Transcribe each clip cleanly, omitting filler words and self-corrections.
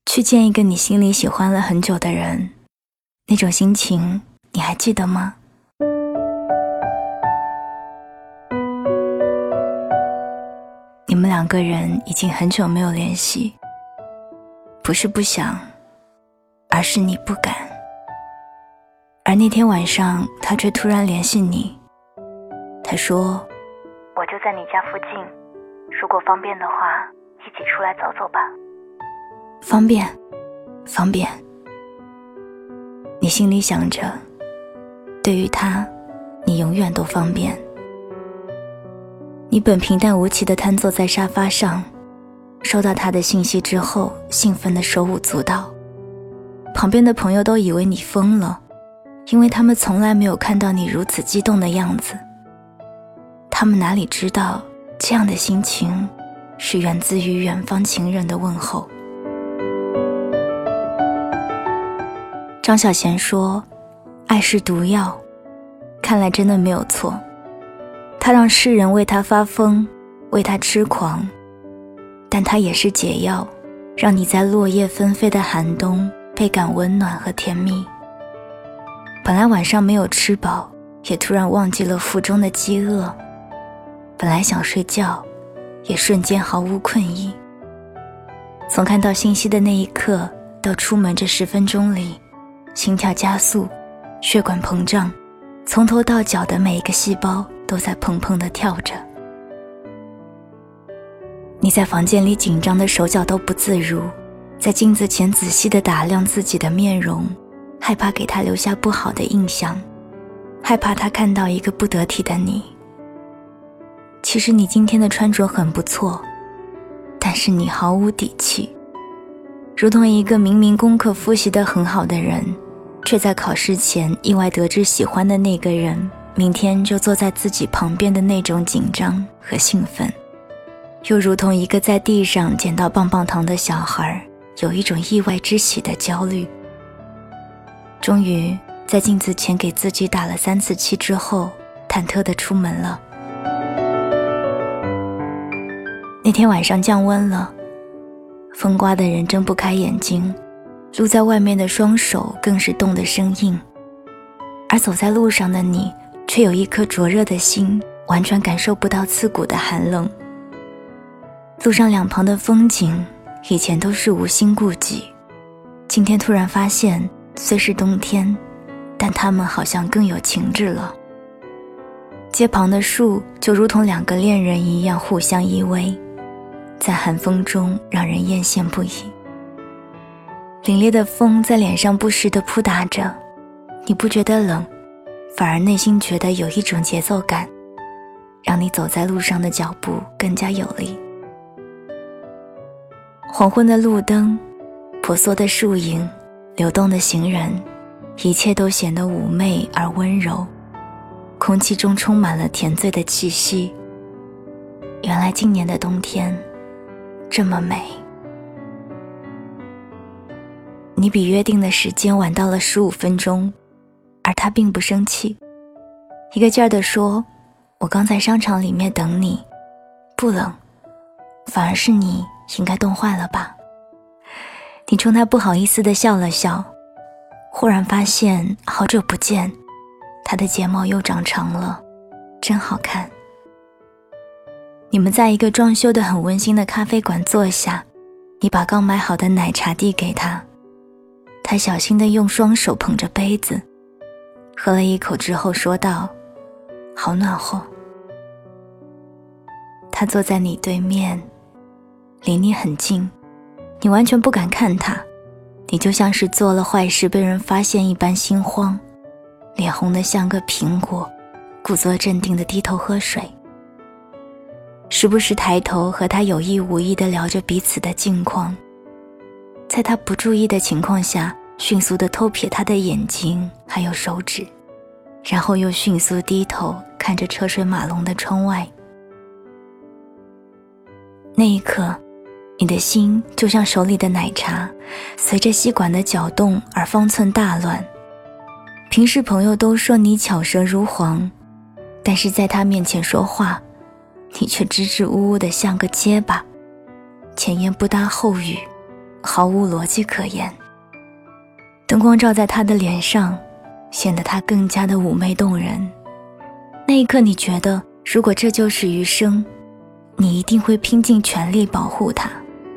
去见一个你心里喜欢了很久的人，那种心情你还记得吗？你们两个人已经很久没有联系，不是不想，而是你不敢。而那天晚上他却突然联系你，他说我就在你家附近，如果方便的话一起出来走走吧。 方便，方便。你心里想着，对于他，你永远都方便。你本平淡无奇地瘫坐在沙发上，收到他的信息之后，兴奋得手舞足蹈。旁边的朋友都以为你疯了，因为他们从来没有看到你如此激动的样子。他们哪里知道，这样的心情是源自于远方情人的问候。张小娴说，爱是毒药，看来真的没有错。它让世人为它发疯，为它痴狂，但它也是解药，让你在落叶纷飞的寒冬倍感温暖和甜蜜。本来晚上没有吃饱，也突然忘记了腹中的饥饿，本来想睡觉，也瞬间毫无困意。从看到信息的那一刻到出门这10分钟里，心跳加速，血管膨胀，从头到脚的每一个细胞都在砰砰地跳着。你在房间里紧张的手脚都不自如，在镜子前仔细地打量自己的面容，害怕给他留下不好的印象，害怕他看到一个不得体的你。其实你今天的穿着很不错，但是你毫无底气，如同一个明明功课复习得很好的人，却在考试前意外得知喜欢的那个人明天就坐在自己旁边的那种紧张和兴奋，又如同一个在地上捡到棒棒糖的小孩，有一种意外之喜的焦虑。终于在镜子前给自己打了3次气之后，忐忑地出门了。那天晚上降温了，风刮的人睁不开眼睛，露在外面的双手更是冻得生硬，而走在路上的你却有一颗灼热的心，完全感受不到刺骨的寒冷。路上两旁的风景以前都是无心顾忌，今天突然发现虽是冬天，但它们好像更有情致了。街旁的树就如同2个恋人一样互相依偎，在寒风中让人艳羡不已。凛冽的风在脸上不时地扑打着，你不觉得冷，反而内心觉得有一种节奏感，让你走在路上的脚步更加有力。黄昏的路灯，婆娑的树影，流动的行人，一切都显得妩媚而温柔，空气中充满了甜醉的气息。原来今年的冬天这么美。你比约定的时间晚到了15分钟，而他并不生气，一个劲儿地说，我刚在商场里面等你，不冷，反而是你应该冻坏了吧。你冲他不好意思地笑了笑，忽然发现好久不见，他的睫毛又长长了，真好看。你们在一个装修得很温馨的咖啡馆坐下，你把刚买好的奶茶递给他，他小心地用双手捧着杯子，喝了一口之后说道，好暖和。他坐在你对面，离你很近，你完全不敢看他，你就像是做了坏事被人发现一般心慌，脸红得像个苹果，故作镇定地低头喝水，时不时抬头和他有意无意地聊着彼此的近况，在他不注意的情况下迅速地偷瞥他的眼睛还有手指，然后又迅速低头看着车水马龙的窗外。那一刻，你的心就像手里的奶茶，随着吸管的搅动而方寸大乱。平时朋友都说你巧舌如簧，但是在他面前说话，你却支支吾吾的像个结巴，前言不搭后语， 毫无逻辑可言。灯光照在他的脸上，显得他更加的妩媚动人。那一刻你觉得，如果这就是余生，你一定会拼尽全力保护他。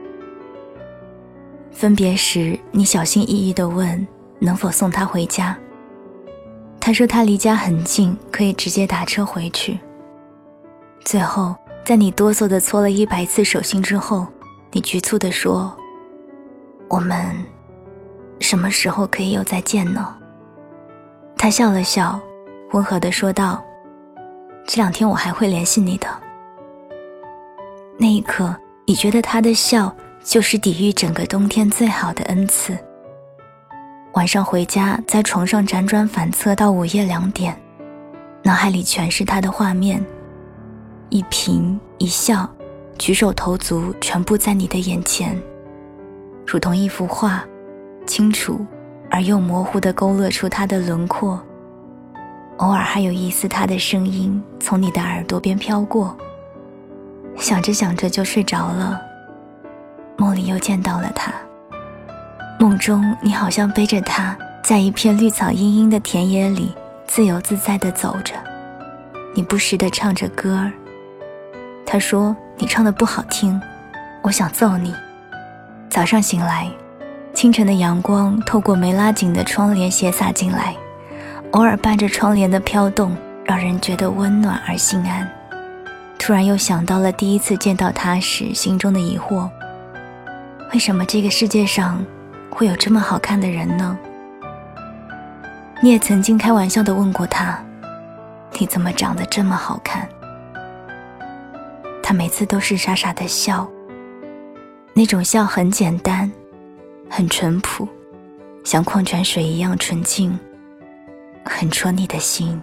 分别时，你小心翼翼地问能否送他回家。他说他离家很近，可以直接打车回去。最后在你哆嗦地搓了100次手心之后，你局促地说，我们什么时候可以又再见呢？他笑了笑，温和地说道，这2天我还会联系你的。那一刻你觉得他的笑就是抵御整个冬天最好的恩赐。晚上回家，在床上辗转反侧到午夜2点，脑海里全是他的画面，一颦一笑，举手投足全部在你的眼前，如同一幅画，清楚而又模糊地勾勒出他的轮廓，偶尔还有一丝他的声音从你的耳朵边飘过。想着想着就睡着了，梦里又见到了他。梦中你好像背着他，在一片绿草茵茵的田野里自由自在地走着，你不时地唱着歌儿。他说你唱得不好听，我想揍你。早上醒来，清晨的阳光透过没拉紧的窗帘斜洒进来，偶尔伴着窗帘的飘动，让人觉得温暖而心安。突然又想到了第一次见到他时心中的疑惑，为什么这个世界上会有这么好看的人呢？你也曾经开玩笑地问过他，你怎么长得这么好看？他每次都是傻傻地笑，那种笑很简单，很淳朴，像矿泉水一样纯净，很戳你的心。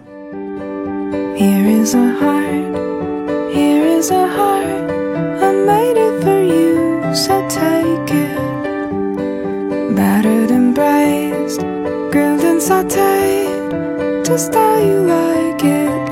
Here is a heart, here is a heart, I made it for you, so take it. Battered and braised, grilled and sauteed, just how you like it.